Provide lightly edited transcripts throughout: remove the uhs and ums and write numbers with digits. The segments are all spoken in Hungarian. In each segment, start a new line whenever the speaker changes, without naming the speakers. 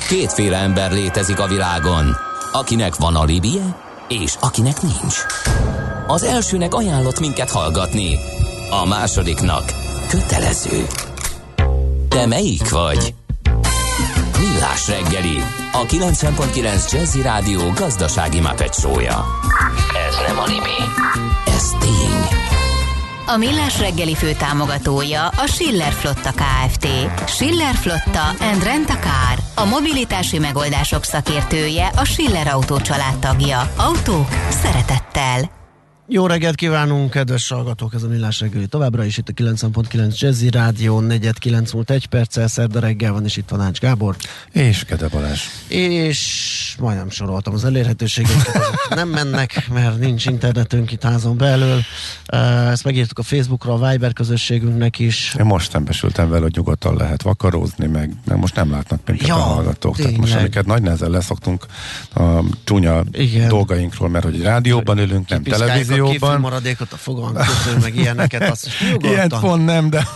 Kétféle ember létezik a világon, akinek van alibije, és akinek nincs. Az elsőnek ajánlott minket hallgatni, a másodiknak kötelező. Te melyik vagy? Millás reggeli, a 90.9 Jazzy Rádió gazdasági Muppet show-ja. Ez nem anime, ez tény.
A Millás reggeli főtámogatója a Schiller Flotta Kft. Schiller Flotta and Rent a Car. A mobilitási megoldások szakértője, a Schiller Autó család tagja. Autók szeretettel.
Jó reggelt kívánunk, kedves hallgatók, ez a Millás reggeli továbbra is itt a 90.9 Jazzy Rádió, 4:09 múlt 1 perccel, szerda reggel van, és itt van Ács Gábor.
És Kede Balázs.
És majdnem soroltam az elérhetőségeket, azok nem mennek, mert nincs internetünk itt házon belül. Ezt megírtuk a Facebookra, a Viber közösségünknek is.
Én most szembesültem vele, hogy nyugodtan lehet vakarózni, meg most nem látnak minket a hallgatók. Tehát most amiket nagy nehezen leszoktunk a csúnya dolgainkról, mert hogy rádióban ülünk, nem televízióban.
Kifű maradékot, a fogalmkötő, meg ilyeneket, azt nyugodtan.
Ilyet pont nem, de...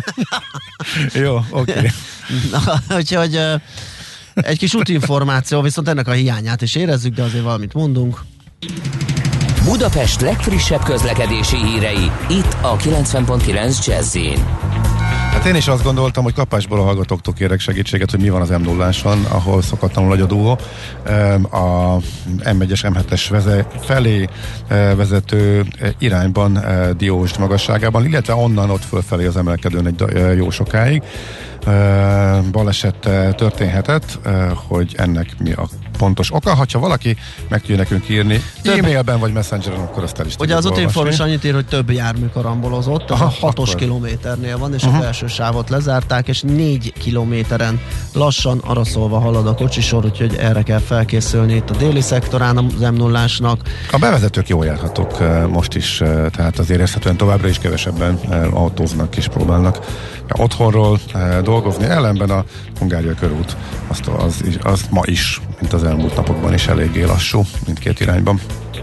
Jó, oké.
Úgyhogy egy kis útinformáció, viszont ennek a hiányát is érezzük, de azért valamit mondunk.
Budapest legfrissebb közlekedési hírei, itt a 90.9 Jazzyn.
Hát én is azt gondoltam, hogy kapásból a hallgatóktól kérek segítséget, hogy mi van az M0-áson, ahol szokatlanul nagy a dugó. A M1-es, M7-es felé vezető irányban Diósd magasságában, illetve onnan ott fölfelé az emelkedőn egy jó sokáig. Baleset történhetett, hogy ennek mi a pontos oka. Ha valaki meg tudja nekünk írni e-mailben vagy messengeren, akkor azt el is
ugye az ott informális annyit ír, hogy több jármű karambolozott, a 6-os kilométernél van, és a belső sávot lezárták, és 4 kilométeren lassan araszolva halad a kocsisor, úgyhogy erre kell felkészülni itt a déli szektorán az M0-ásnak.
A bevezetők jól járhatók most is, tehát azért érezhetően továbbra is kevesebben autóznak és próbálnak otthonról dolgozni, ellenben a Hungária körút az ma is, mint az elmúlt napokban is eléggé lassú mindkét irányban.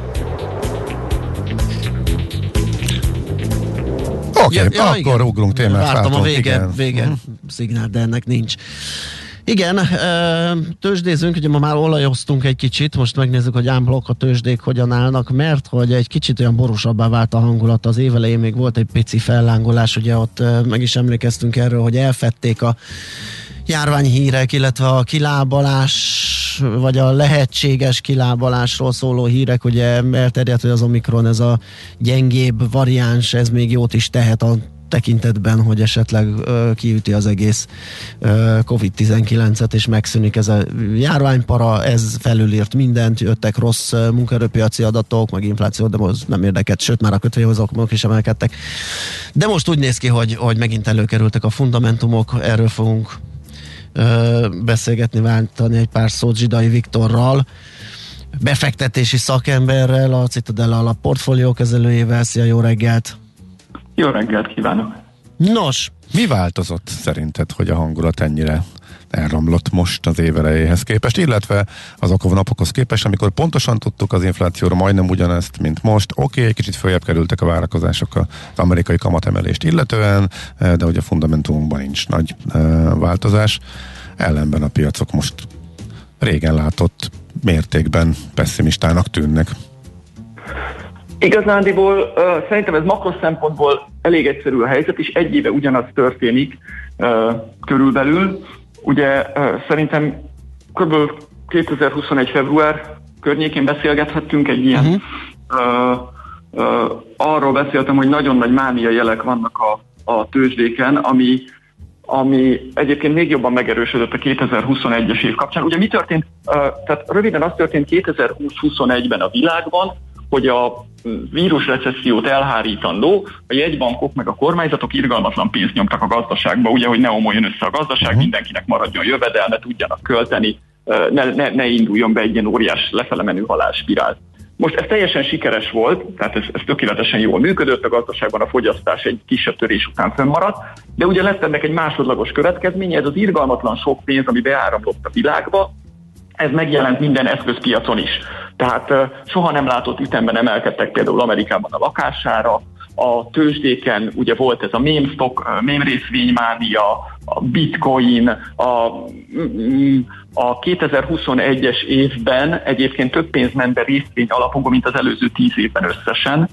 Oké, akkor ugrunk témát.
Vártam a vége szignál, de ennek nincs. Igen, tőzsdézünk, ugye ma már olajoztunk egy kicsit, most megnézzük, hogy ámblokk a tőzsdék hogyan állnak, mert hogy egy kicsit olyan borúsabbá vált a hangulat, az évelején még volt egy pici fellángolás, ugye ott meg is emlékeztünk erről, hogy elfedték a járványhírek, illetve a kilábalás, vagy a lehetséges kilábalásról szóló hírek, ugye elterjedt, hogy az Omikron, ez a gyengébb variáns, ez még jót is tehet a tekintetben, hogy esetleg kiüti az egész COVID-19-et, és megszűnik ez a járványpara, ez felülírt mindent, jöttek rossz munkaerőpiaci adatok, meg infláció, de most nem érdekelt, sőt már a kötvényhozamok is emelkedtek. De most úgy néz ki, hogy megint előkerültek a fundamentumok, erről fogunk beszélgetni, váltani egy pár szót Zsidai Viktorral, befektetési szakemberrel, a Citadella alap portfólió kezelőjével. Szia, jó reggelt!
Jó reggelt kívánok!
Nos, mi változott szerinted, hogy a hangulat ennyire elromlott most az év elejéhez képest, illetve azok a napokhoz képest, amikor pontosan tudtuk az inflációra majdnem ugyanezt, mint most. Oké, egy kicsit följebb kerültek a várakozások az amerikai kamatemelést illetően, de ugye a fundamentumunkban nincs nagy változás. Ellenben a piacok most régen látott mértékben pessimistának tűnnek.
Igazándiból szerintem ez makros szempontból elég egyszerű a helyzet, és egy éve ugyanaz történik körülbelül. Ugye szerintem kb. 2021. február környékén beszélgethettünk egy ilyen, arról beszéltem, hogy nagyon nagy mánia jelek vannak a tőzsdéken, ami egyébként még jobban megerősödött a 2021-es év kapcsán. Ugye mi történt? Tehát röviden az történt 2020-21-ben a világban, hogy a vírusrecessziót elhárítandó, a jegybankok meg a kormányzatok irgalmatlan pénzt nyomtak a gazdaságba, ugye, hogy ne omoljon össze a gazdaság, mindenkinek maradjon jövedelme, tudjanak költeni, ne induljon be egy ilyen óriás lefele menő halálspirál. Most ez teljesen sikeres volt, tehát ez tökéletesen jól működött, a gazdaságban a fogyasztás egy kisebb törés után fönnmaradt, de ugye lett ennek egy másodlagos következménye, ez az irgalmatlan sok pénz, ami beáramlott a világba, ez megjelent minden eszközpiacon is. Tehát soha nem látott ütemben emelkedtek például Amerikában a lakására, a tőzsdéken ugye volt ez a meme stock, meme részvénymánia, a bitcoin, a 2021-es évben egyébként több pénz ment be részvény alapokban, mint az előző 10 évben összesen.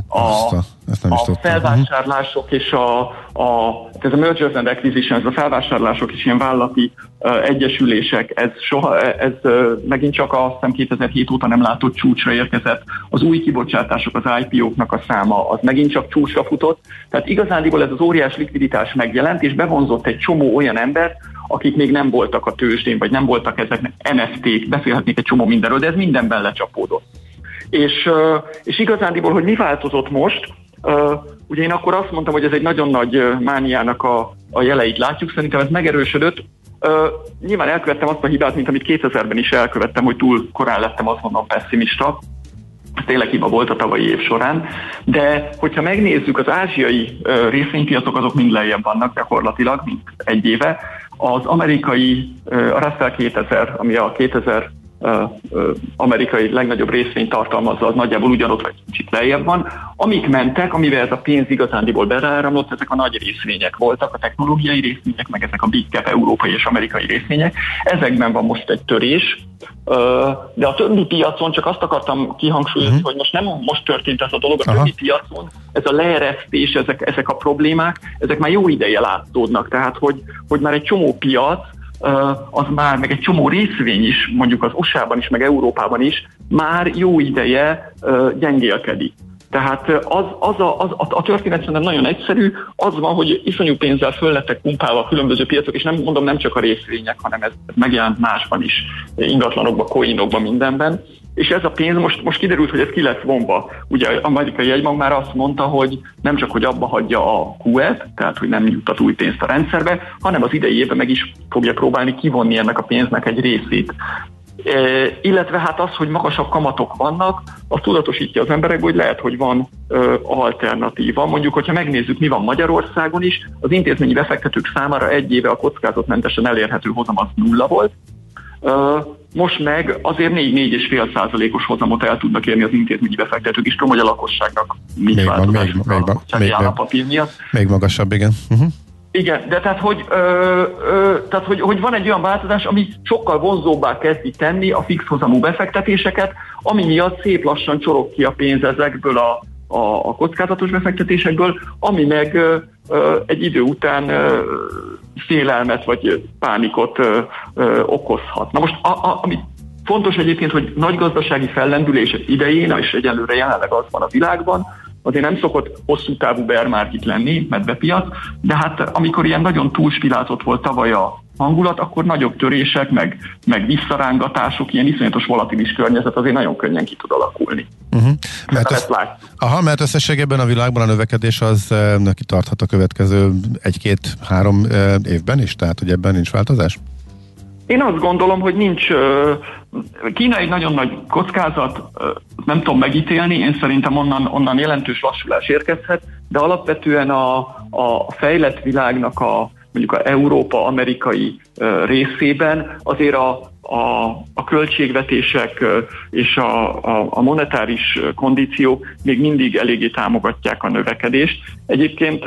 A felvásárlások és ez a mergers and acquisitions, a felvásárlások és ilyen vállalati egyesülések, ez megint csak azt hiszem 2007 óta nem látott csúcsra érkezett. Az új kibocsátások, az IPO-knak a száma, az megint csak csúcsra futott. Tehát igazándiból ez az óriás likviditás megjelent, és bevonzott egy csomó olyan embert, akik még nem voltak a tőzsdén, vagy nem voltak ezeknek NFT-k, beszélhetnék egy csomó mindenről, de ez mindenben lecsapódott. És igazándiból, hogy mi változott most, ugye én akkor azt mondtam, hogy ez egy nagyon nagy mániának a jeleit látjuk, szerintem ez megerősödött. Nyilván elkövettem azt a hibát, mint amit 2000-ben is elkövettem, hogy túl korán lettem azonnal pessimista. Ez tényleg hiba volt a tavalyi év során, de hogyha megnézzük, az ázsiai részvénypiacok azok mind lejjebb vannak gyakorlatilag, mint egy éve. Az amerikai, a Russell 2000, ami a 2000 amerikai legnagyobb részvényt tartalmazza, az nagyjából ugyanott vagy kicsit lejjebb van. Amik mentek, amivel ez a pénz igazándiból beleáramlott, ezek a nagy részvények voltak, a technológiai részvények, meg ezek a big cap európai és amerikai részvények. Ezekben van most egy törés, de a többi piacon, csak azt akartam kihangsúlyozni, hogy most nem most történt ez a dolog, a többi piacon ez a leeresztés, ezek a problémák, ezek már jó ideje látszódnak, tehát hogy már egy csomó piac, az már, meg egy csomó részvény is, mondjuk az USA-ban is, meg Európában is, már jó ideje gyengélkedik. Tehát a történet szerintem nagyon egyszerű, az van, hogy iszonyú pénzzel föl lettek pumpálva a különböző piacok, és nem csak a részvények, hanem ez megjelent másban is, ingatlanokban, coinokban, mindenben. És ez a pénz most kiderült, hogy ez ki lesz vonva. Ugye az amerikai jegybank már azt mondta, hogy nem csak, hogy abba hagyja a QE-t, tehát hogy nem juttat új pénzt a rendszerbe, hanem az idei évben meg is fogja próbálni kivonni ennek a pénznek egy részét. Illetve hát az, hogy magasabb kamatok vannak, az tudatosítja az emberek, hogy lehet, hogy van alternatíva. Mondjuk, hogyha megnézzük, mi van Magyarországon is, az intézményi befektetők számára egy éve a kockázatmentesen elérhető hozam az 0 volt. Most meg azért 4-4,5%-os hozamot el tudnak érni az intézményi befektetők is. Tudom, hogy a lakosságnak nincs változás a állampapír miatt.
Még magasabb, igen.
Igen, de tehát, hogy van egy olyan változás, ami sokkal vonzóbbá kezdi tenni a fix hozamú befektetéseket, ami miatt szép lassan csorog ki a pénz ezekből a kockázatos befektetésekből, ami meg egy idő után félelmet vagy pánikot okozhat. Na most, ami fontos egyébként, hogy nagy gazdasági fellendülés idején, és egyelőre jelenleg az van a világban, azért nem szokott hosszú távú bear market lenni, medvepiac, de hát amikor ilyen nagyon túlspilázott volt tavaly a hangulat, akkor nagyobb törések, meg visszarángatások, ilyen iszonyatos volatilis környezet azért nagyon könnyen ki tud alakulni.
Mert összességében a világban a növekedés az kitarthat a következő 1-2-3 évben is, tehát hogy ebben nincs változás?
Én azt gondolom, hogy nincs. Kína egy nagyon nagy kockázat, nem tudom megítélni, én szerintem onnan jelentős lassulás érkezhet, de alapvetően a fejlett világnak mondjuk a Európa-amerikai részében azért a költségvetések és a monetáris kondíciók még mindig eléggé támogatják a növekedést. Egyébként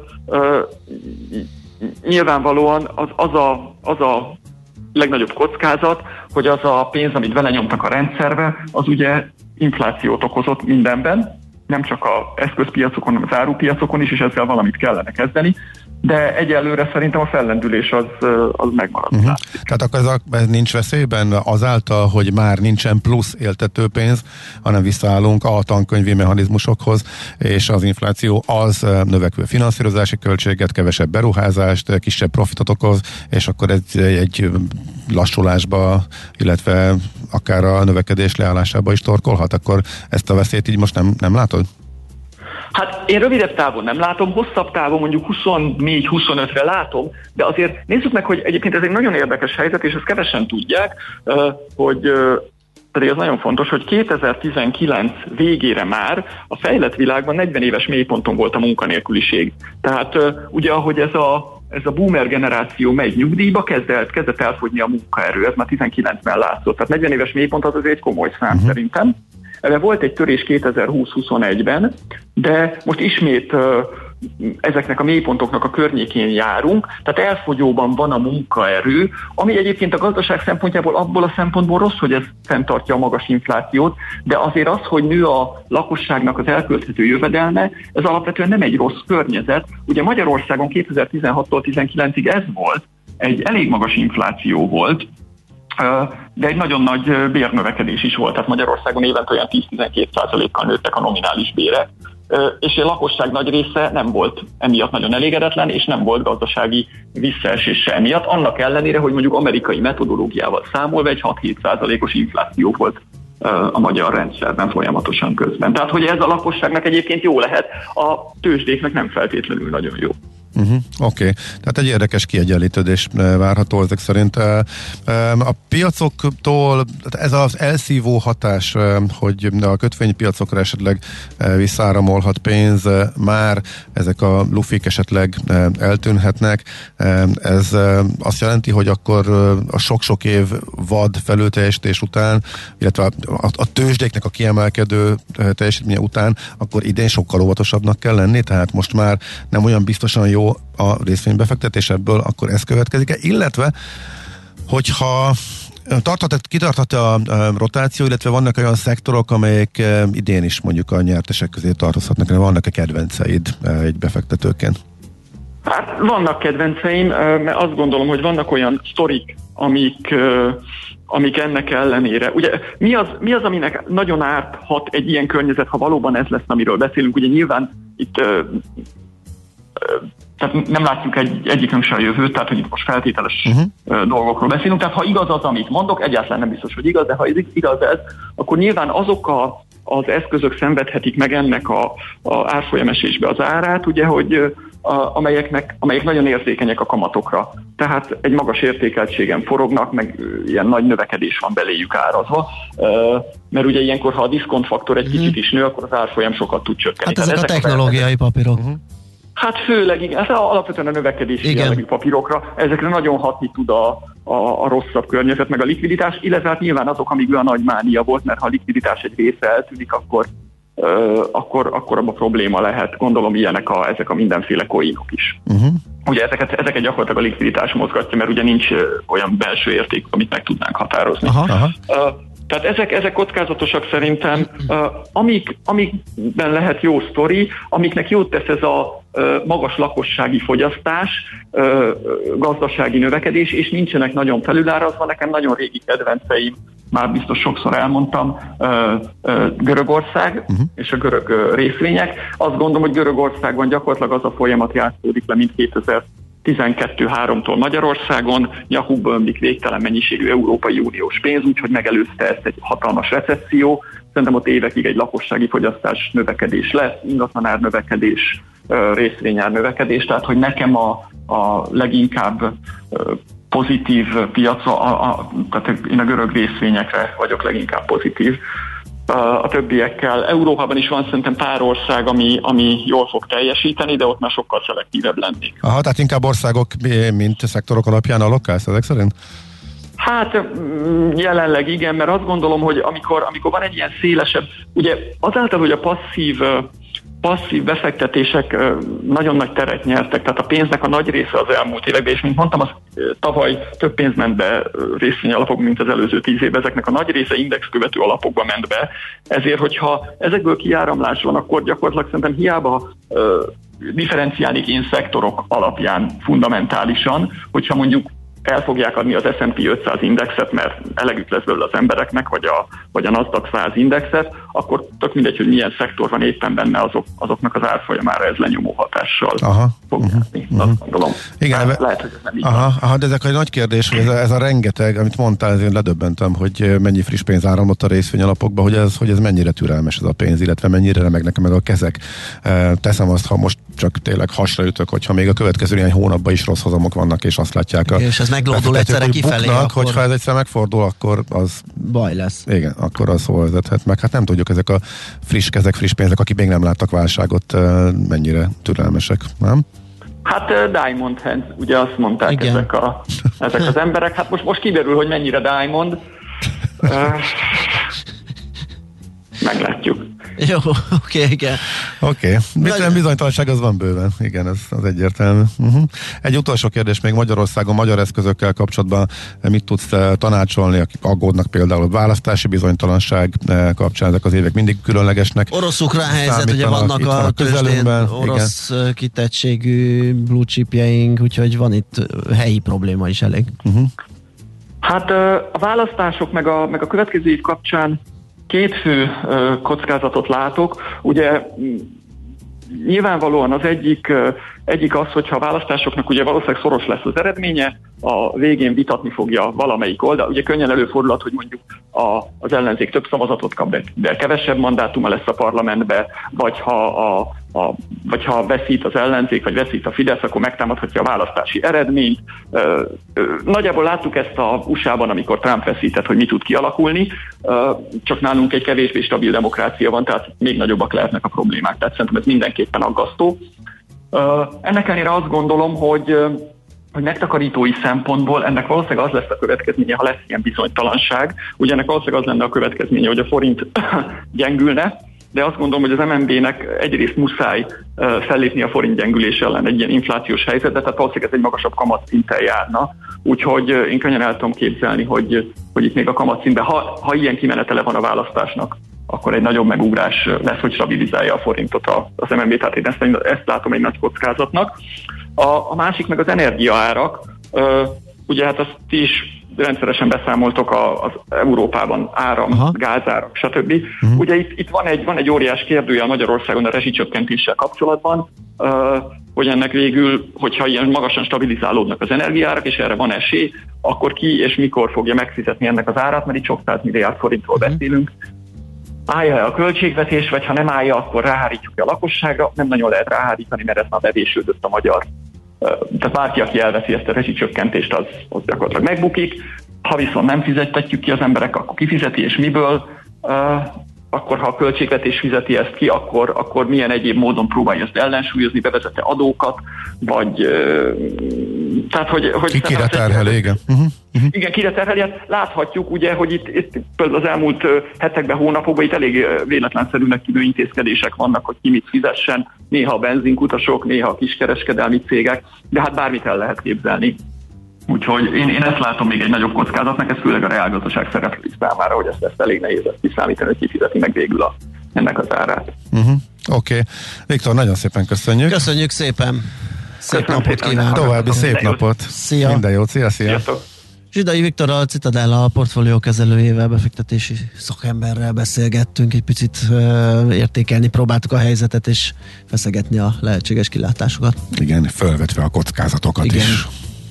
nyilvánvalóan az a legnagyobb kockázat, hogy az a pénz, amit belenyomtak a rendszerbe, az ugye inflációt okozott mindenben, nem csak az eszközpiacokon, hanem az árupiacokon is, és ezzel valamit kellene kezdeni, de egyelőre szerintem a fellendülés az megmarad.
Tehát akkor ez nincs veszélyben azáltal, hogy már nincsen plusz éltetőpénz, hanem visszaállunk a tankönyvi mechanizmusokhoz, és az infláció az növekvő finanszírozási költséget, kevesebb beruházást, kisebb profitot okoz, és akkor egy lassulásba, illetve akár a növekedés leállásába is torkolhat, akkor ezt a veszélyt így most nem látod?
Hát én rövidebb távon nem látom, hosszabb távon mondjuk 24-25-re látom, de azért nézzük meg, hogy egyébként ez egy nagyon érdekes helyzet, és ezt kevesen tudják, hogy pedig ez nagyon fontos, hogy 2019 végére már a fejlett világban 40 éves mélyponton volt a munkanélküliség. Tehát ugye ahogy ez a boomer generáció megy nyugdíjba, kezdett elfogyni a munkaerő, ez már 19-ben látszott. Tehát 40 éves mélypont az egy komoly szám szerintem. Ebben volt egy törés 2020-21-ben, de most ismét ezeknek a mélypontoknak a környékén járunk, tehát elfogyóban van a munkaerő, ami egyébként a gazdaság szempontjából abból a szempontból rossz, hogy ez fenntartja a magas inflációt, de azért az, hogy nő a lakosságnak az elkölthető jövedelme, ez alapvetően nem egy rossz környezet. Ugye Magyarországon 2016-tól 19-ig ez volt, egy elég magas infláció volt, de egy nagyon nagy bérnövekedés is volt. Tehát Magyarországon évente olyan 10-12%-kal nőttek a nominális bérek, és a lakosság nagy része nem volt emiatt nagyon elégedetlen, és nem volt gazdasági visszaesés se emiatt, annak ellenére, hogy mondjuk amerikai metodológiával számolva egy 6-7%-os infláció volt a magyar rendszerben folyamatosan közben. Tehát, hogy ez a lakosságnak egyébként jó lehet, a tőzsdéknek nem feltétlenül nagyon jó.
Oké. Tehát egy érdekes kiegyenlítődés várható ezek szerint. A piacoktól ez az elszívó hatás, hogy a kötvénypiacokra esetleg visszáramolhat pénz, már ezek a lufik esetleg eltűnhetnek. Ez azt jelenti, hogy akkor a sok-sok év vad felülteljesítés után, illetve a tőzsdéknek a kiemelkedő teljesítménye után, akkor idén sokkal óvatosabbnak kell lenni, tehát most már nem olyan biztosan jó a részvénybefektetés ebből, akkor ez következik-e? Illetve, hogyha kitarthat a rotáció, illetve vannak olyan szektorok, amelyek idén is mondjuk a nyertesek közé tartozhatnak, vannak-e kedvenceid egy befektetőként?
Hát vannak kedvenceim, mert azt gondolom, hogy vannak olyan sztorik, amik ennek ellenére. Ugye mi az, aminek nagyon árthat egy ilyen környezet, ha valóban ez lesz, amiről beszélünk? Ugye nyilván itt tehát nem látjuk egyikünk se a jövőt, tehát hogy itt most feltételes dolgokról beszélünk. Tehát ha igaz az, amit mondok, egyáltalán nem biztos, hogy igaz, de ha igaz ez, akkor nyilván azok az eszközök szenvedhetik meg ennek a árfolyamesésbe az árát, ugye, hogy amelyek nagyon érzékenyek a kamatokra. Tehát egy magas értékeltségen forognak, meg ilyen nagy növekedés van beléjük árazva, mert ugye ilyenkor, ha a diszkontfaktor egy kicsit is nő, akkor az árfolyam sokat tud csökkenni.
Hát ezek a technológiai papírok.
Hát főleg, igen, ez alapvetően a növekedési jellegű papírokra, ezekre nagyon hatni tud a rosszabb környezet, meg a likviditás, illetve hát nyilván azok, amíg olyan nagy mánia volt, mert ha a likviditás egy része eltűnik, akkor abban probléma lehet. Gondolom ilyenek ezek a mindenféle coinok is. Ugye ezeket gyakorlatilag a likviditás mozgatja, mert ugye nincs olyan belső érték, amit meg tudnánk határozni. Tehát ezek kockázatosak szerintem, amikben lehet jó sztori, amiknek jót tesz ez a magas lakossági fogyasztás, gazdasági növekedés, és nincsenek nagyon felülárazva. Nekem nagyon régi kedvenceim, már biztos sokszor elmondtam, Görögország és a görög részvények. Azt gondolom, hogy Görögországban gyakorlatilag az a folyamat játszódik le, mint 2012-3-tól Magyarországon, nyakukba ömlik végtelen mennyiségű Európai Uniós pénz, úgyhogy megelőzte ezt egy hatalmas recesszió. Szerintem ott évekig egy lakossági fogyasztás növekedés lesz, ingatlanár növekedés, részvényár növekedés, tehát hogy nekem a leginkább pozitív piac, tehát én a görög részvényekre vagyok leginkább pozitív. A többiekkel. Európában is van szerintem pár ország, ami jól fog teljesíteni, de ott már sokkal szelektívebb lennék.
Aha, tehát inkább országok, mint szektorok alapján allokálsz ezek szerint?
Hát jelenleg igen, mert azt gondolom, hogy amikor van egy ilyen szélesebb, ugye azáltal, hogy a passzív befektetések nagyon nagy teret nyertek, tehát a pénznek a nagy része az elmúlt években, és mint mondtam, az tavaly több pénz ment be részvényalapokban, mint az előző 10 évben, ezeknek a nagy része indexkövető alapokba ment be, ezért, hogyha ezekből kiáramlás van, akkor gyakorlatilag szerintem hiába differenciálni én szektorok alapján fundamentálisan, hogyha mondjuk el fogják adni az S&P 500 indexet, mert elegük lesz belőle az embereknek, vagy a Nasdaq 100 indexet, akkor tök mindegy, hogy milyen szektor van éppen benne, azoknak az árfolyamára ez lenyomó hatással fog járni. Azt gondolom.
Igen,
lehet, hogy ez nem így
de ezek egy nagy kérdés, hogy ez a rengeteg, amit mondtál, ezért ledöbbentem, hogy mennyi friss pénz áramlott a részvényalapokba, hogy ez mennyire türelmes ez a pénz, illetve mennyire remegnek meg a kezek. Teszem azt, ha most csak tényleg hasra ütök, hogyha még a következő néhány hónapban is rossz hozamok vannak, és azt látják
és ez meglódul egyszerre kifelé,
akkor... hogyha ez egyszer megfordul, akkor az...
baj lesz.
Igen, akkor az hol vezethet meg. Hát nem tudjuk, ezek a friss kezek, friss pénzek, akik még nem láttak válságot, mennyire türelmesek, nem?
Hát Diamond Hands, ugye azt mondták ezek az emberek. Hát most kiderül, hogy mennyire Diamond. Meglátjuk.
Jó, oké, igen.
Oké. Bizonytalanság az van bőven. Igen, az egyértelmű. Egy utolsó kérdés még Magyarországon, magyar eszközökkel kapcsolatban mit tudsz tanácsolni, akik aggódnak például a választási bizonytalanság kapcsán, ezek az évek mindig különlegesnek.
Orosz-ukrán helyzet, ugye vannak a tőzsdén orosz kitettségű blue chipjeink, úgyhogy van itt helyi probléma is elég.
Hát a választások meg a következő év kapcsán két fő kockázatot látok. Ugye nyilvánvalóan az egyik az, hogyha a választásoknak ugye valószínűleg szoros lesz az eredménye, a végén vitatni fogja valamelyik oldal. Ugye könnyen előfordulhat, hogy mondjuk az ellenzék több szavazatot kap, de kevesebb mandátuma lesz a parlamentbe, vagy ha veszít az ellenzék, vagy veszít a Fidesz, akkor megtámadhatja a választási eredményt. Nagyjából láttuk ezt a USA-ban, amikor Trump veszített, hogy mi tud kialakulni, csak nálunk egy kevésbé stabil demokrácia van, tehát még nagyobbak lehetnek a problémák. Tehát szerintem ez mindenképpen aggasztó. Ennek ellenére azt gondolom, hogy megtakarítói szempontból ennek valószínűleg az lesz a következménye, ha lesz ilyen bizonytalanság. Ugye ennek valószínűleg az lenne a következménye, hogy a forint gyengülne, de azt gondolom, hogy az MNB-nek egyrészt muszáj fellépni a forint gyengülés ellen egy ilyen inflációs helyzetbe, tehát valószínűleg ez egy magasabb kamatszinten járna. Úgyhogy én könnyen el tudom képzelni, hogy itt még a kamatszintben, ha ilyen kimenetele van a választásnak, akkor egy nagyobb megugrás lesz, hogy stabilizálja a forintot az MNB, tehát én ezt látom egy nagy kockázatnak. A másik meg az energiaárak, ugye hát azt is rendszeresen beszámoltok az Európában gázárak, stb. Ugye itt van egy óriás kérdője a Magyarországon a rezsicsökkentéssel kapcsolatban, hogy ennek végül, hogyha ilyen magasan stabilizálódnak az energiaárak, és erre van esély, akkor ki és mikor fogja megfizetni ennek az árát, mert itt sok 100 milliárd forintról beszélünk. Állja a költségvetés, vagy ha nem állja, akkor ráhárítjuk a lakosságra. Nem nagyon lehet ráhárítani, mert ez már bevésődött a magyar. Tehát bárki, aki elveszi ezt a rezsicsökkentést, az gyakorlatilag megbukik. Ha viszont nem fizettetjük ki az emberek, akkor kifizeti, és miből? Akkor ha a költségvetés fizeti ezt ki, akkor milyen egyéb módon próbálja ezt ellensúlyozni, bevezette adókat, vagy tehát, hogy
kire terheli, igen.
Igen, kire terheli. Láthatjuk ugye, hogy itt például az elmúlt hetekben, hónapokban itt elég véletlenszerűnek tűnő intézkedések vannak, hogy ki mit fizessen, néha a benzinkutasok, néha a kiskereskedelmi cégek, de hát bármit el lehet képzelni. Úgyhogy én ezt látom még egy nagyobb kockázatnak, ez főleg a reálgazdaság szereplői számára, hogy ezt elég nehéz ezt kiszámítani, hogy kifizeti meg végül ennek az árát.
Oké. Viktor, nagyon szépen köszönjük.
Köszönjük szépen. Szép napot kívánok.
További szép napot.
Szia.
Minden jót. Szia.
Zsidai Viktor, a Citadella portfólió kezelőjével, befektetési szakemberrel beszélgettünk, egy picit értékelni próbáltuk a helyzetet, és feszegetni a lehetséges kilátásokat.
Igen, fölvetve a kockázatokat is.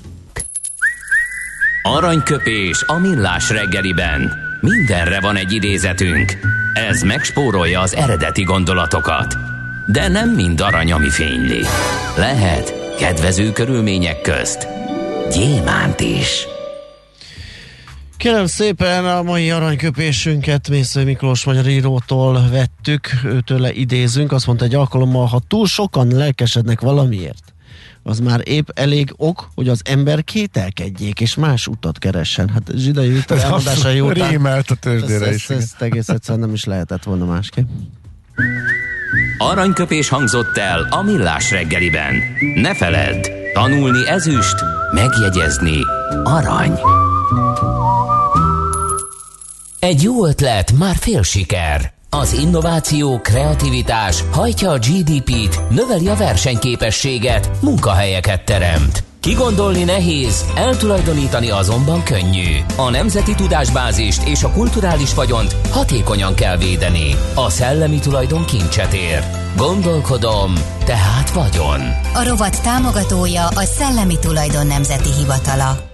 Aranyköpés a millás reggeliben. Mindenre van egy idézetünk. Ez megspórolja az eredeti gondolatokat. De nem mind arany, ami fényli. Lehet kedvező körülmények közt gyémánt is.
Kérem szépen, a mai aranyköpésünket Mészői Miklós magyar írótól vettük, őtőle idézünk. Azt mondta egy alkalommal, ha túl sokan lelkesednek valamiért, az már épp elég ok, hogy az ember kételkedjék, és más utat keressen. Hát Zsidai Viktor elmondásai után
rímelt a tőzsdére is.
Ezt egész egyszerűen nem is lehetett volna másképp.
Aranyköpés hangzott el a millás reggeliben. Ne feledd, tanulni ezüst, megjegyezni arany. Egy jó ötlet már fél siker. Az innováció, kreativitás hajtja a GDP-t, növeli a versenyképességet, munkahelyeket teremt. Kigondolni nehéz, eltulajdonítani azonban könnyű. A nemzeti tudásbázist és a kulturális vagyont hatékonyan kell védeni. A szellemi tulajdon kincset ér. Gondolkodom, tehát vagyon.
A rovat támogatója a Szellemi Tulajdon Nemzeti Hivatala.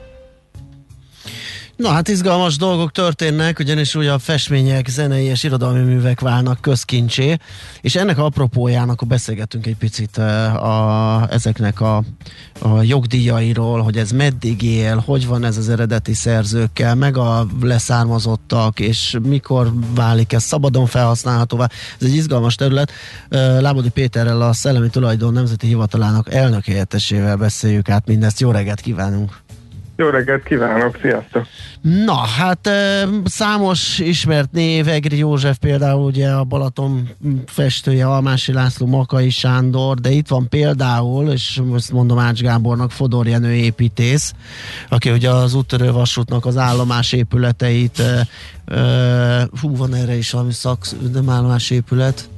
Na hát izgalmas dolgok történnek, ugyanis újabb festmények, zenei és irodalmi művek válnak közkincsé, és ennek apropójának beszélgetünk egy picit ezeknek a jogdíjairól, hogy ez meddig él, hogy van ez az eredeti szerzőkkel, meg a leszármazottak, és mikor válik ez szabadon felhasználhatóvá. Ez egy izgalmas terület. Lábodi Péterrel, a Szellemi Tulajdon Nemzeti Hivatalának elnökhelyettessével beszéljük át mindezt. Jó reggelt kívánunk!
Jó reggelt kívánok, sziasztok!
Na, hát számos ismert név, Egri József például, ugye a Balaton festője, Almási László, Makai Sándor, de itt van például, és most mondom Ács Gábornak, Fodor Jenő építész, aki ugye az úttörő vasútnak az állomás épületeit, van erre is valami nem állomás épület.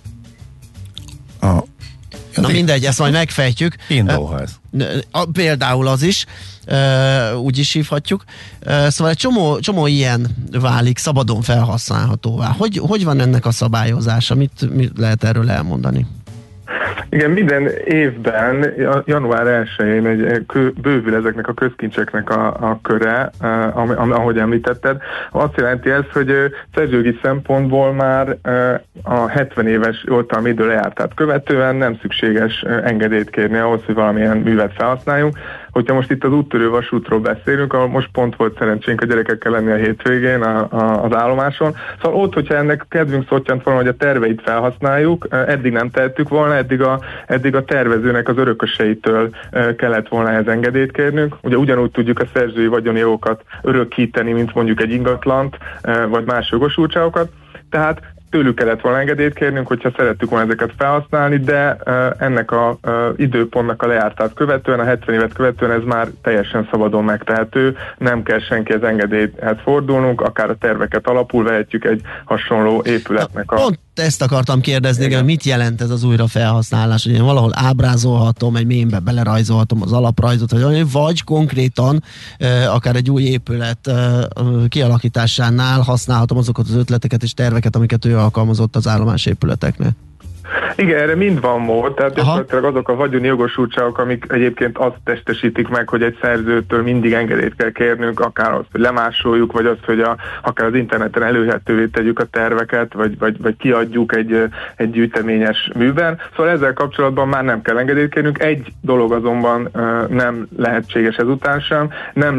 Na mindegy, ezt majd megfejtjük.
Indóház.
Például az is, úgy is hívhatjuk. Szóval egy csomó ilyen válik szabadon felhasználhatóvá. Hogy van ennek a szabályozása? Mit lehet erről elmondani?
Igen, minden évben, január 1-én bővül ezeknek a közkincseknek a köre, ahogy említetted. Azt jelenti ez, hogy szerzőjogi szempontból már a 70 éves oltalmi idő lejártát követően nem szükséges engedélyt kérni ahhoz, hogy valamilyen művet felhasználjunk. Hogyha most itt az úttörő vasútról beszélünk, ahol most pont volt szerencsénk a gyerekekkel lenni a hétvégén az állomáson. Szóval ott, hogyha ennek kedvünk szottyant volna, hogy a terveit felhasználjuk, eddig nem tettük volna, eddig a tervezőnek az örököseitől kellett volna ehhez engedélyt kérnünk. Ugye ugyanúgy tudjuk a szerzői vagyoni jogokat örökíteni, mint mondjuk egy ingatlant, vagy más jogosultságokat. Tehát tőlük kellett volna engedélyt kérnünk, hogyha szerettük volna ezeket felhasználni, de ennek a időpontnak a lejártát követően, a 70 évet követően ez már teljesen szabadon megtehető, nem kell senki az engedélyhez fordulnunk, akár a terveket alapul vehetjük egy hasonló épületnek a...
Pont ezt akartam kérdezni, hogy mit jelent ez az újrafelhasználás, hogy én valahol ábrázolhatom, egy mémbe belerajzolhatom az alaprajzot, vagy konkrétan akár egy új épület kialakításánál használhatom azokat az ötleteket és terveket, amiket ő alkalmazott az állomás épületeknél.
Igen, erre mind van mód, tehát gyakorlatilag azok a vagyoni jogosultságok, amik egyébként azt testesítik meg, hogy egy szerzőtől mindig engedélyt kell kérnünk, akár azt, hogy lemásoljuk, vagy azt, hogy akár az interneten elérhetővé tegyük a terveket, vagy kiadjuk egy gyűjteményes műben. Szóval ezzel kapcsolatban már nem kell engedélyt kérnünk. Egy dolog azonban nem lehetséges ezután sem, nem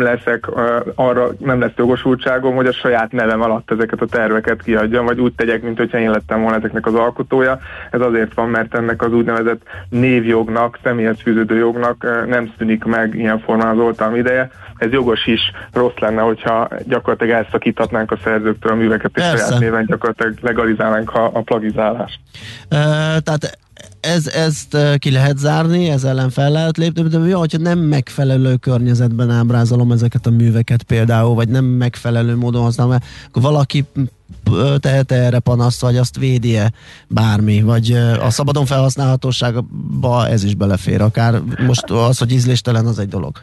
lesz jogosultságom, hogy a saját nevem alatt ezeket a terveket kiadjam, vagy úgy tegyek, mint hogyha én lettem volna ezeknek az alkotója. Ez azért van, mert ennek az úgynevezett névjognak, személyhez fűződő jognak nem szűnik meg ilyen formán az oltalmi ideje. Ez jogos is, rossz lenne, hogyha gyakorlatilag elszakíthatnánk a szerzőktől a műveket, és saját néven gyakorlatilag legalizálnánk a plagizálást.
Tehát ezt ki lehet zárni, ez ellen fel lehet lépni, de mi van, hogyha nem megfelelő környezetben ábrázolom ezeket a műveket például, vagy nem megfelelő módon használom, mert akkor valaki tehet erre panaszt, vagy azt védi-e bármi, vagy a szabadon felhasználhatóságba ez is belefér, akár most az, hogy ízléstelen, az egy dolog.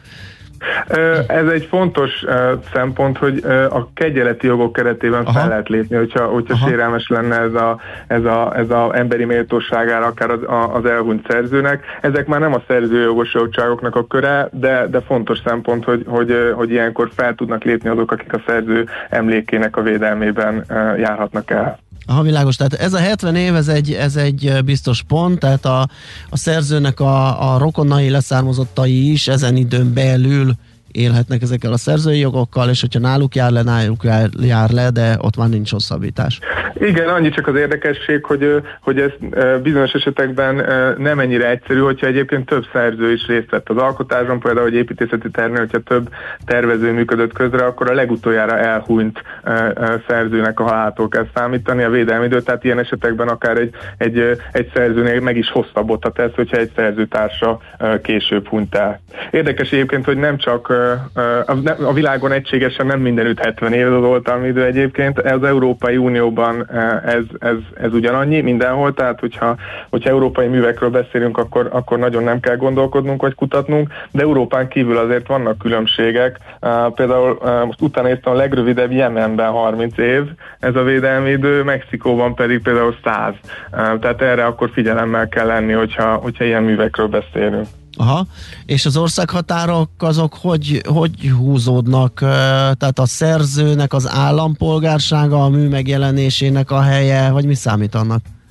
Ez egy fontos szempont, hogy a kegyeleti jogok keretében fel lehet lépni, hogyha sérelmes lenne ez a emberi méltóságára, akár az elhunyt szerzőnek. Ezek már nem a szerzői jogosultságoknak a köre, de fontos szempont, hogy ilyenkor fel tudnak lépni azok, akik a szerző emlékének a védelmében járhatnak el.
Világos, tehát ez a 70 év, ez egy biztos pont, tehát a szerzőnek a rokonai, leszármazottai is ezen időn belül élhetnek ezekkel a szerzői jogokkal, és hogyha náluk jár le, de ott már nincs hosszabbítás. Igen,
annyi csak az érdekesség, hogy ez bizonyos esetekben nem ennyire egyszerű, hogyha egyébként több szerző is részt vett az alkotásban, például egy építészeti tervnél, hogyha több tervező működött közre, akkor a legutoljára elhunyt szerzőnek a haláltól kell számítani a védelmi időt, tehát ilyen esetekben akár egy szerzőnél meg is hosszabbot tesz, hogyha egy szerzőtársa később hunyt el. Érdekes egyébként, hogy nem csak a világon egységesen nem mindenütt 70 év az oltalmi idő egyébként, az Európai Unióban ez ugyanannyi mindenhol, tehát hogyha európai művekről beszélünk, akkor nagyon nem kell gondolkodnunk vagy kutatnunk, de Európán kívül azért vannak különbségek. Például most utána néztem, a legrövidebb Jemenben 30 év ez a védelmi idő, Mexikóban pedig például 100. Tehát erre akkor figyelemmel kell lenni, hogyha ilyen művekről beszélünk.
Aha, és az országhatárok azok hogy húzódnak? Tehát a szerzőnek az állampolgársága, a mű megjelenésének a helye, vagy mi számít annak?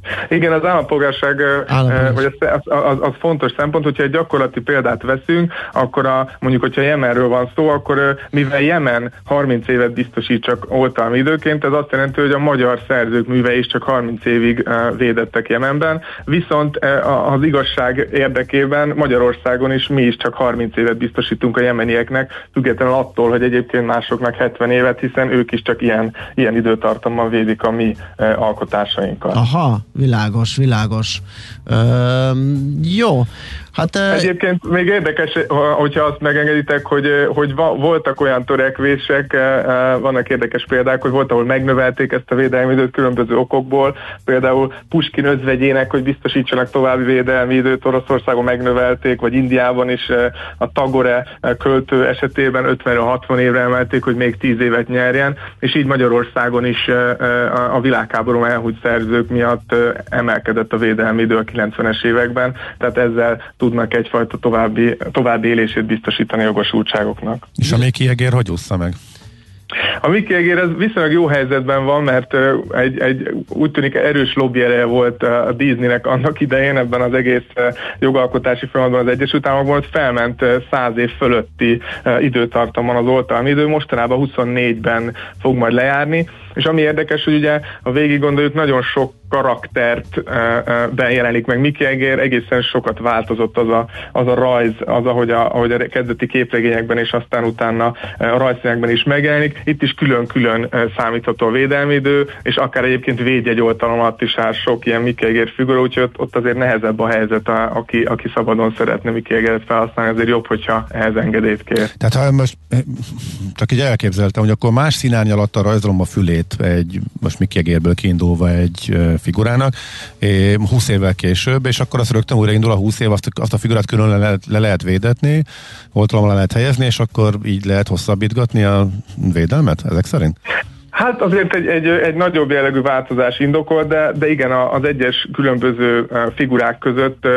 Igen, az állampolgárság hogy az fontos szempont, hogyha egy gyakorlati példát veszünk, akkor mondjuk, hogyha Jemenről van szó, akkor mivel Jemen 30 évet biztosít csak oltalmi időként, ez azt jelenti, hogy a magyar szerzők művei is csak 30 évig védettek Jemenben, viszont az igazság érdekében Magyarországon is mi is csak 30 évet biztosítunk a jemenieknek, függetlenül attól, hogy egyébként másoknak 70 évet, hiszen ők is csak ilyen időtartammal védik a mi alkotásainkat.
Aha, világos. Jó. Hát,
egyébként még érdekes, hogyha azt megengeditek, hogy voltak olyan törekvések, vannak érdekes példák, hogy volt, ahol megnövelték ezt a védelmi időt különböző okokból, például Puskin özvegyének, hogy biztosítsanak további védelmi időt, Oroszországon megnövelték, vagy Indiában is a Tagore költő esetében 50-60 évre emelték, hogy még 10 évet nyerjen, és így Magyarországon is a világháború elhúnyt szerzők miatt emelkedett a védelmi idő a 90-es években, tehát ezzel tudnak egyfajta további élését biztosítani a jogosultságoknak.
És a Mickey Egér hogy ússza meg?
A Mickey Egér ez viszonylag jó helyzetben van, mert úgy tűnik erős lobby-ereje volt a Disneynek annak idején ebben az egész jogalkotási folyamatban az Egyesült Államokban, hogy felment 100 év fölötti időtartamon az oltalmi idő, mostanában 24-ben fog majd lejárni, és ami érdekes, hogy ugye, ha végig gondoljuk, nagyon sok karaktert jelenik meg Mickey Egér, egészen sokat változott az a rajz, ahogy a kezdeti képregényekben és aztán utána a rajzszínekben is megjelenik. Itt is külön-külön számítható a védelmi idő, és akár egyébként védjegyoltalom alatt is áll sok ilyen Mickey Egér figura, úgyhogy ott azért nehezebb a helyzet, aki szabadon szeretne Mickey Egéret felhasználni, azért jobb, hogyha ehhez engedélyt kér.
Tehát ha most csak így elképzeltem, hogy akkor más színárnyalattal rajzolom a fülét most Mickey Egérből kiindulva egy figurának 20 évvel később, és akkor azt rögtön újraindul a 20 év, azt a figurát külön le lehet védetni, oltalomra lehet helyezni, és akkor így lehet hosszabbítgatni a védelmet ezek szerint?
Hát azért egy nagyobb jellegű változás indokolt, de igen, az egyes különböző figurák között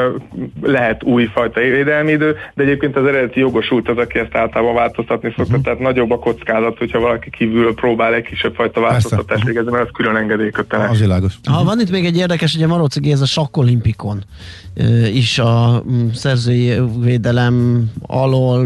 lehet újfajta védelmi idő, de egyébként az eredeti jogosult az, aki ezt általában változtatni szokta, tehát nagyobb a kockázat, hogyha valaki kívül próbál egy kisebb fajta változtatást végezni, mert az külön engedélyköteles.
Az világos.
Van itt még egy érdekes, ugye Maróczy Géza sakkolimpikon is a szerzői védelem alól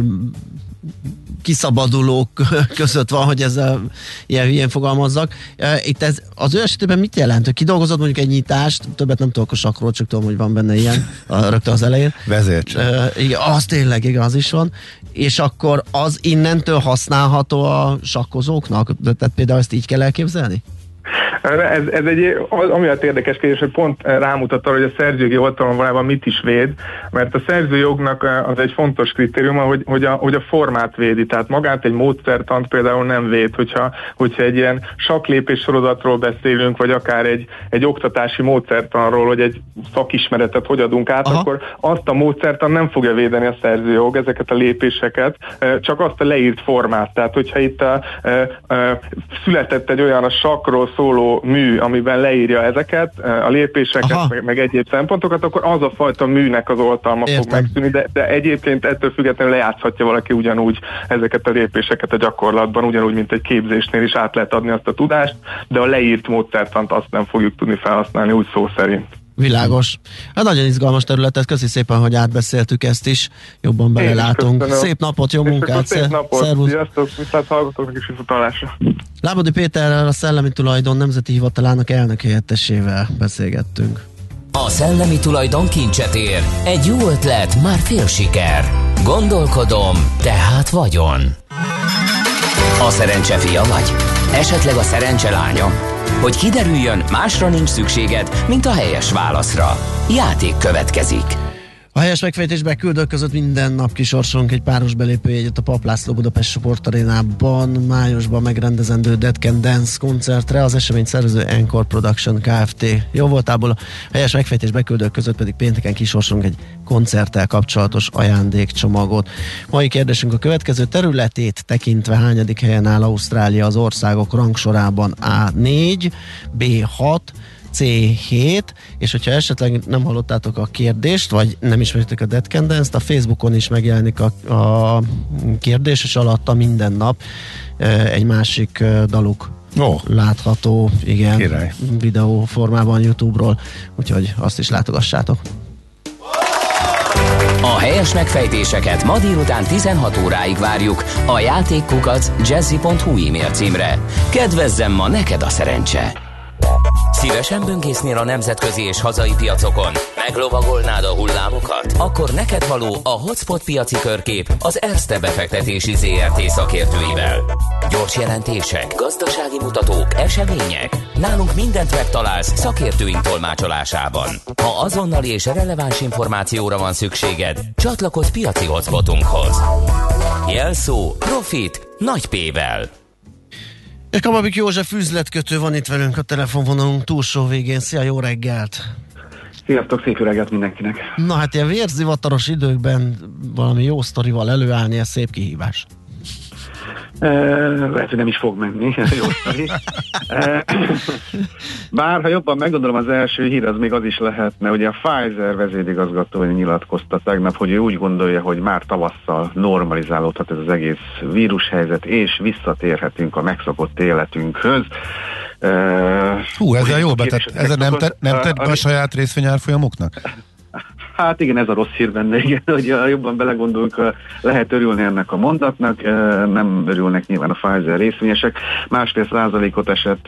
kiszabadulók között van, hogy ezzel ilyen fogalmazzak. Itt ez az ő esetében mit jelent? Hogy kidolgozott mondjuk egy nyitást, többet nem tudok a sakkról, csak tudom, hogy van benne ilyen rögtön az elején.
Vezércsel.
Igen, az tényleg, igen, az is van. És akkor az innentől használható a sakkozóknak? Tehát például ezt így kell elképzelni?
Ez egy amiatt érdekes kérdés, hogy pont rámutat arra, hogy a szerzőjogi oltalom valójában mit is véd, mert a szerzőjognak az egy fontos kritériuma, hogy a formát védi, tehát magát egy módszertant például nem véd, hogyha egy ilyen saklépés sorozatról beszélünk, vagy akár egy oktatási módszertanról, hogy egy szakismeretet hogy adunk át, aha, akkor azt a módszertan nem fogja védeni a szerzőjog, ezeket a lépéseket, csak azt a leírt formát. Tehát, hogyha itt született egy olyan a sakkról szóló mű, amiben leírja ezeket, a lépéseket, meg egyéb szempontokat, akkor az a fajta műnek az oltalma fog megszűnni, de egyébként ettől függetlenül lejátszhatja valaki ugyanúgy ezeket a lépéseket a gyakorlatban, ugyanúgy, mint egy képzésnél is át lehet adni azt a tudást, de a leírt módszertant azt nem fogjuk tudni felhasználni úgy szó szerint.
Világos. Hát nagyon izgalmas területet, köszi szépen, hogy átbeszéltük ezt is, jobban belelátunk. Szép napot, jó munkát!
Szép napot! Sziasztok, viszont hallgatóknak is viszontlátásra!
Lábodi Péterrel, a Szellemi Tulajdon Nemzeti Hivatalának elnök helyettesével beszélgettünk.
A szellemi tulajdon kincset ér. Egy jó ötlet, már fél siker. Gondolkodom, tehát vagyon. A szerencse fia vagy? Esetleg a szerencse lánya? Hogy kiderüljön, másra nincs szükséged, mint a helyes válaszra. Játék következik.
A helyes megfejtésbe küldők között minden nap kisorsolunk egy páros belépőjegyet a Papp László Budapest Sportarénában májusban megrendezendő Dead Can Dance koncertre, az esemény szervező Encore Production Kft. Jó voltából. A helyes megfejtésbe küldők között pedig pénteken kisorsolunk egy koncerttel kapcsolatos ajándékcsomagot. Mai kérdésünk a következő: területét tekintve hányadik helyen áll Ausztrália az országok rangsorában? A4, B6, C7, és hogyha esetleg nem hallottátok a kérdést, vagy nem ismeritek a Dead Can Dance-t, a Facebookon is megjelenik a kérdés, és alatta minden nap egy másik daluk látható, igen,
Király.
videó formában YouTube-ról, úgyhogy azt is látogassátok.
A helyes megfejtéseket ma délután 16 óráig várjuk a játékkukac.jazzy.hu e-mail címre. Kedvezzem ma neked a szerencse! Szívesen böngésznél a nemzetközi és hazai piacokon? Meglovagolnád a hullámokat? Akkor neked való a Hotspot piaci körkép az Erste befektetési ZRT szakértőivel. Gyors jelentések, gazdasági mutatók, események. Nálunk mindent megtalálsz szakértőink tolmácsolásában. Ha azonnali és releváns információra van szükséged, csatlakozz piaci hotspotunkhoz. Jelszó Profit nagy P-vel.
És Kamabik József üzletkötő van itt velünk a telefonvonalunk túlsó végén. Szia, jó reggelt!
Sziasztok, szép reggelt mindenkinek!
Na hát ilyen vérzivataros időkben valami jó sztorival előállni, ez szép kihívás.
Lehet, hogy nem is fog menni, jó sztori. Bár, ha jobban meggondolom, az első hír az még az is lehetne, hogy a Pfizer vezérigazgatója nyilatkozta tegnap, hogy ő úgy gondolja, hogy már tavasszal normalizálódhat ez az egész vírushelyzet, és visszatérhetünk a megszokott életünkhöz.
Ezzel jól betett, ezzel nem tett be a saját részvényárfolyamoknak?
Hát igen, ez a rossz hír benne, igen, hogy jobban belegondolunk, lehet örülni ennek a mondatnak, nem örülnek nyilván a Pfizer részvényesek. 1,5%-ot esett,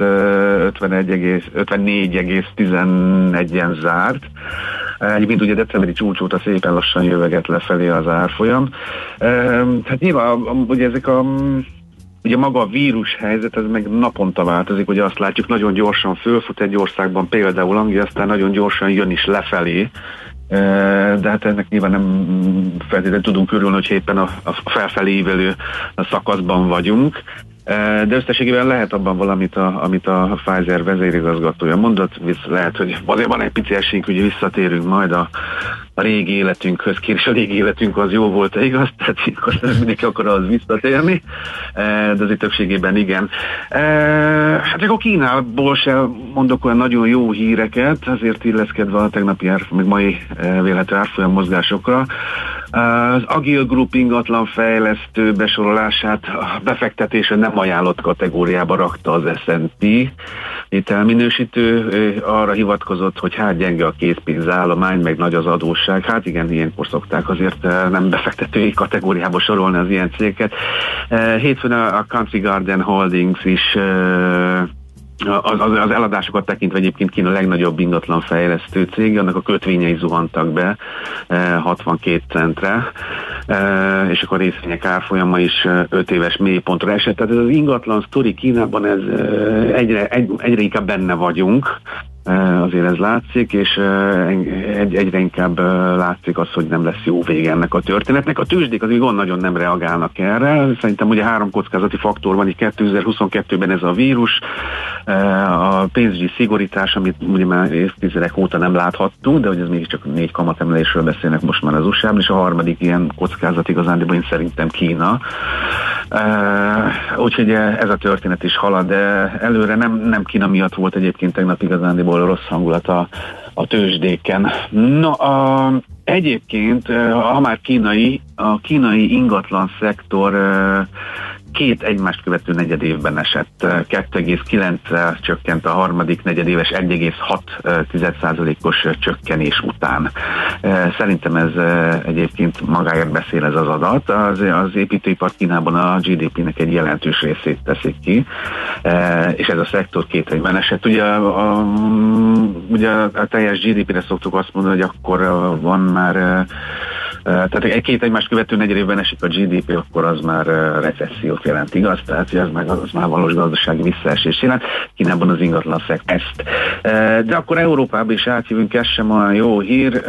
54,11-en zárt. Egyébként ugye decemberi csúcs óta szépen lassan jöveget lefelé az árfolyam. Hát nyilván ugye ezek ugye maga a vírus helyzet, ez meg naponta változik, ugye azt látjuk, nagyon gyorsan fölfut egy országban, például Anglia, aztán nagyon gyorsan jön is lefelé, de hát ennek nyilván nem feltétlenül tudunk örülni, hogy éppen a felfelé ívelő szakaszban vagyunk, de összességében lehet abban valamit, amit a Pfizer vezérigazgatója mondott, lehet, hogy azért van egy pici esélyünk, hogy visszatérünk majd a régi életünkhöz, és a régi életünk az jó volt, igaz? Tehát mindenki akar az visszatérni, de azért többségében igen. Hát akkor Kínából sem mondok olyan nagyon jó híreket, azért illeszkedve a tegnapi meg mai vélhető árfolyam mozgásokra. Az Agile Group ingatlan fejlesztő besorolását a befektetése nem ajánlott kategóriába rakta az S&P hitelminősítő, arra hivatkozott, hogy hát gyenge a készpénzállomány, meg nagy az adósság. Hát igen, ilyenkor szokták azért nem befektetői kategóriába sorolni az ilyen cégeket. Hétfőn a Country Garden Holdings is az eladásokat tekintve egyébként Kína legnagyobb ingatlan fejlesztő cég, annak a kötvényei zuhantak be 62 centre, és akkor a részvények árfolyama is 5 éves mélypontra esett. Tehát ez az ingatlan sztori Kínában, ez egyre inkább benne vagyunk, azért ez látszik, és egyre inkább látszik az, hogy nem lesz jó vége ennek a történetnek. A tőzsdék azért nagyon nem reagálnak erre. Szerintem ugye 3 kockázati faktor van, így 2022-ben ez a vírus, a pénzügyi szigorítás, amit ugye már évtizedek óta nem láthattunk, de hogy ez mégiscsak 4 kamatemelésről beszélnek most már az USA-ban, és a harmadik ilyen kockázat igazándiból én szerintem Kína. Úgyhogy ez a történet is halad, de előre nem Kína miatt volt egyébként tegnap igazándiból rossz hangulat a tőzsdéken. Egyébként, ha már a kínai ingatlan szektor 2 egymást követő negyedévben esett, 2,9-re csökkent a harmadik negyedéves 1,6%-os csökkenés után. Szerintem ez egyébként magáért beszél ez az adat. Az építőipar Kínában a GDP-nek egy jelentős részét teszik ki, és ez a szektor 2 egyben esett. Ugye a teljes GDP-re szoktuk azt mondani, hogy akkor van már tehát 2 egymást követő negyedévben esik a GDP, akkor az már recessziót jelent, igaz? Tehát az már valós gazdasági visszaesés jelent. Kínában az ingatlan szektor ezt. De akkor Európában is átjövünk, ez sem olyan jó hír.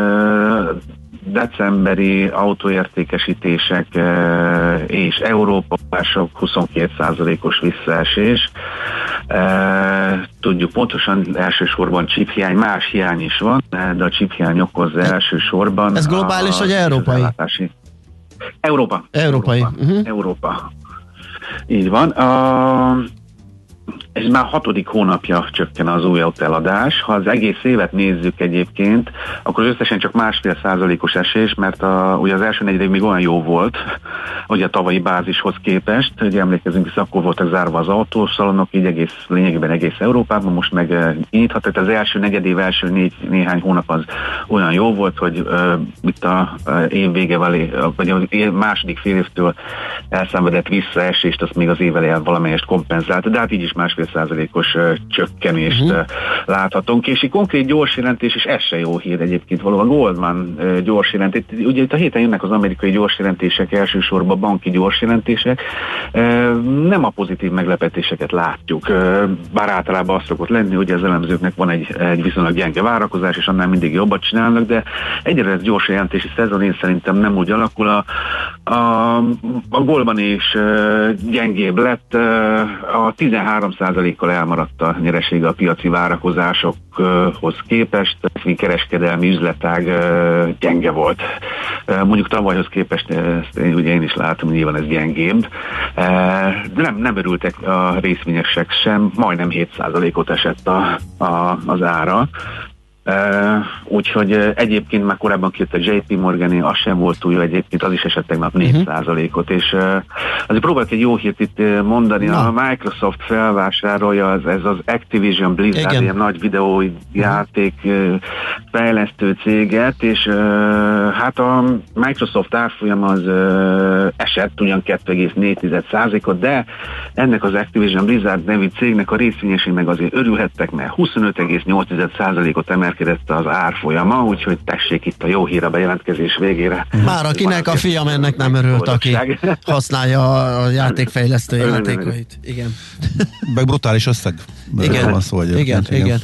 Decemberi autóértékesítések és európások 22%-os visszaesés. Tudjuk pontosan, elsősorban chiphiány, más hiány is van, de a chiphiány okozza elsősorban.
Ez globális vagy európai?
Európa.
Európai.
Európa. Így van. Ez már 6. hónapja csökken az új autó eladás. Ha az egész évet nézzük egyébként, akkor összesen csak 1,5%-os esés, mert ugye az első negyedév még olyan jó volt, ugye a tavalyi bázishoz képest, ugye emlékezünk vissza, akkor voltak zárva az autószalonok, így lényegében egész Európában, most meg nyithat, tehát az első negyedév, első néhány hónap az olyan jó volt, hogy itt a év vége vagy a második fél évtől elszenvedett visszaesést, azt még az év elején valamelyest kompenzálta, de hát így is 1,5%-os csökkenést láthatunk, és egy konkrét gyors jelentés, és ez se jó hír egyébként, valóban Goldman gyors jelentés, ugye itt a héten jönnek az amerikai gyors jelentések, elsősorban banki gyors jelentések, nem a pozitív meglepetéseket látjuk, bár általában az szokott lenni, hogy az elemzőknek van egy viszonylag gyenge várakozás, és annál mindig jobbat csinálnak, de egyre ez gyors jelentési szezon én szerintem nem úgy alakul, a Goldman is gyengébb lett, a 13%-kal elmaradt a nyeresége a piaci várakozásokhoz képest, a kereskedelmi üzletág gyenge volt. Mondjuk tavalyhoz képest ugye én is látom, hogy nyilván ez gyengébb, de nem örültek a részvényesek sem, majdnem 7%-ot esett az ára. Úgyhogy egyébként már korábban kijött a JP Morgan, az sem volt túl jó, egyébként az is esett tegnap 4%-ot, és azért próbálok egy jó hírt itt mondani, a Microsoft felvásárolja ez az Activision Blizzard, ilyen nagy videójáték fejlesztő céget, és hát a Microsoft árfolyam az esett ugyan 2,4%-ot, de ennek az Activision Blizzard nevű cégnek a részvényesei meg azért örülhettek, mert 25,8%-ot emelkedett az árfolyama, úgyhogy tessék itt a jó hír a bejelentkezés végére.
Már akinek a fiam ennek nem örült, aki használja a játékfejlesztő játékait. Igen.
Meg brutális összeg.
Igen. Igen.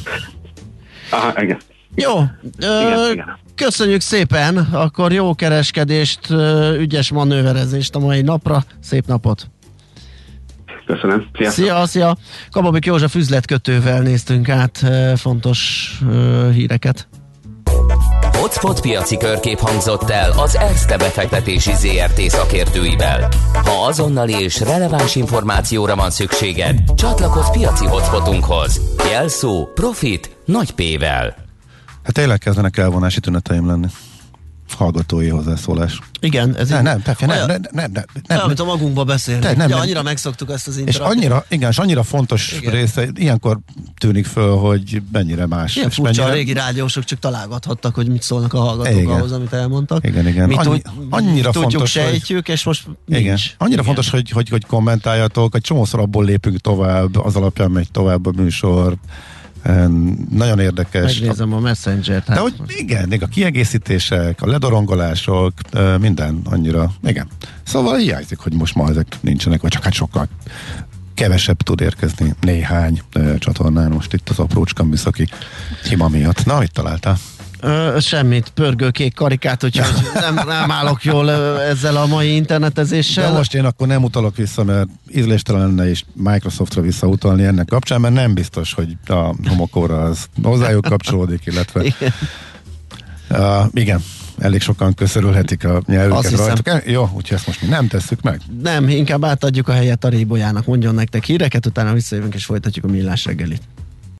Aha, igen.
Jó.
Igen.
Köszönjük szépen, akkor jó kereskedést, ügyes manőverezést a mai napra. Szép napot!
Köszönöm. Sziasztok.
Szia! Kababik József üzletkötővel néztünk át fontos híreket.
Hotspot piaci körkép hangzott el az Erste befektetési ZRT szakértőivel. Ha azonnali és releváns információra van szükséged, csatlakozz piaci hotspotunkhoz. Jelszó Profit nagy P-vel.
Hát tényleg kezdenek elvonási tüneteim lenni. Hallgatói hozzászólás.
Igen, ez
nem,
amit a magunkba beszélünk. Annyira megszoktuk ezt az interakciót.
És annyira fontos része, ilyenkor tűnik föl, hogy mennyire más.
Ilyen furcsa, a régi rádiósok csak találgathattak, hogy mit szólnak a hallgatók ahhoz, amit elmondtak.
Igen.
Mi
annyira
tudjuk,
fontos,
sejtjük, és most nincs.
Annyira fontos, hogy kommentáljatok, egy csomószor abból lépünk tovább, az alapján megy tovább a műsor. Nagyon érdekes.
Megnézem a Messenger-t.
De hogy igen, még a kiegészítések, a ledorongolások, minden annyira, igen. Szóval hiányzik, hogy most ma ezek nincsenek, vagy csak hát sokkal kevesebb tud érkezni néhány csatornán most itt az aprócska műszaki hiba miatt. Na, mit találtál?
Semmit, pörgőkék karikát, úgyhogy nem állok jól ezzel a mai internetezéssel.
De most én akkor nem utalok vissza, mert ízléstelen lenne is Microsoftra visszautalni ennek kapcsán, mert nem biztos, hogy a homokóra az hozzájuk kapcsolódik, illetve igen, elég sokan köszörülhetik a nyelvüket rajtuk. Jó, úgyhogy ezt most mi nem tesszük meg.
Nem, inkább átadjuk a helyet a Rébolyának, mondjon nektek híreket, utána visszajövünk és folytatjuk a Millás reggelit.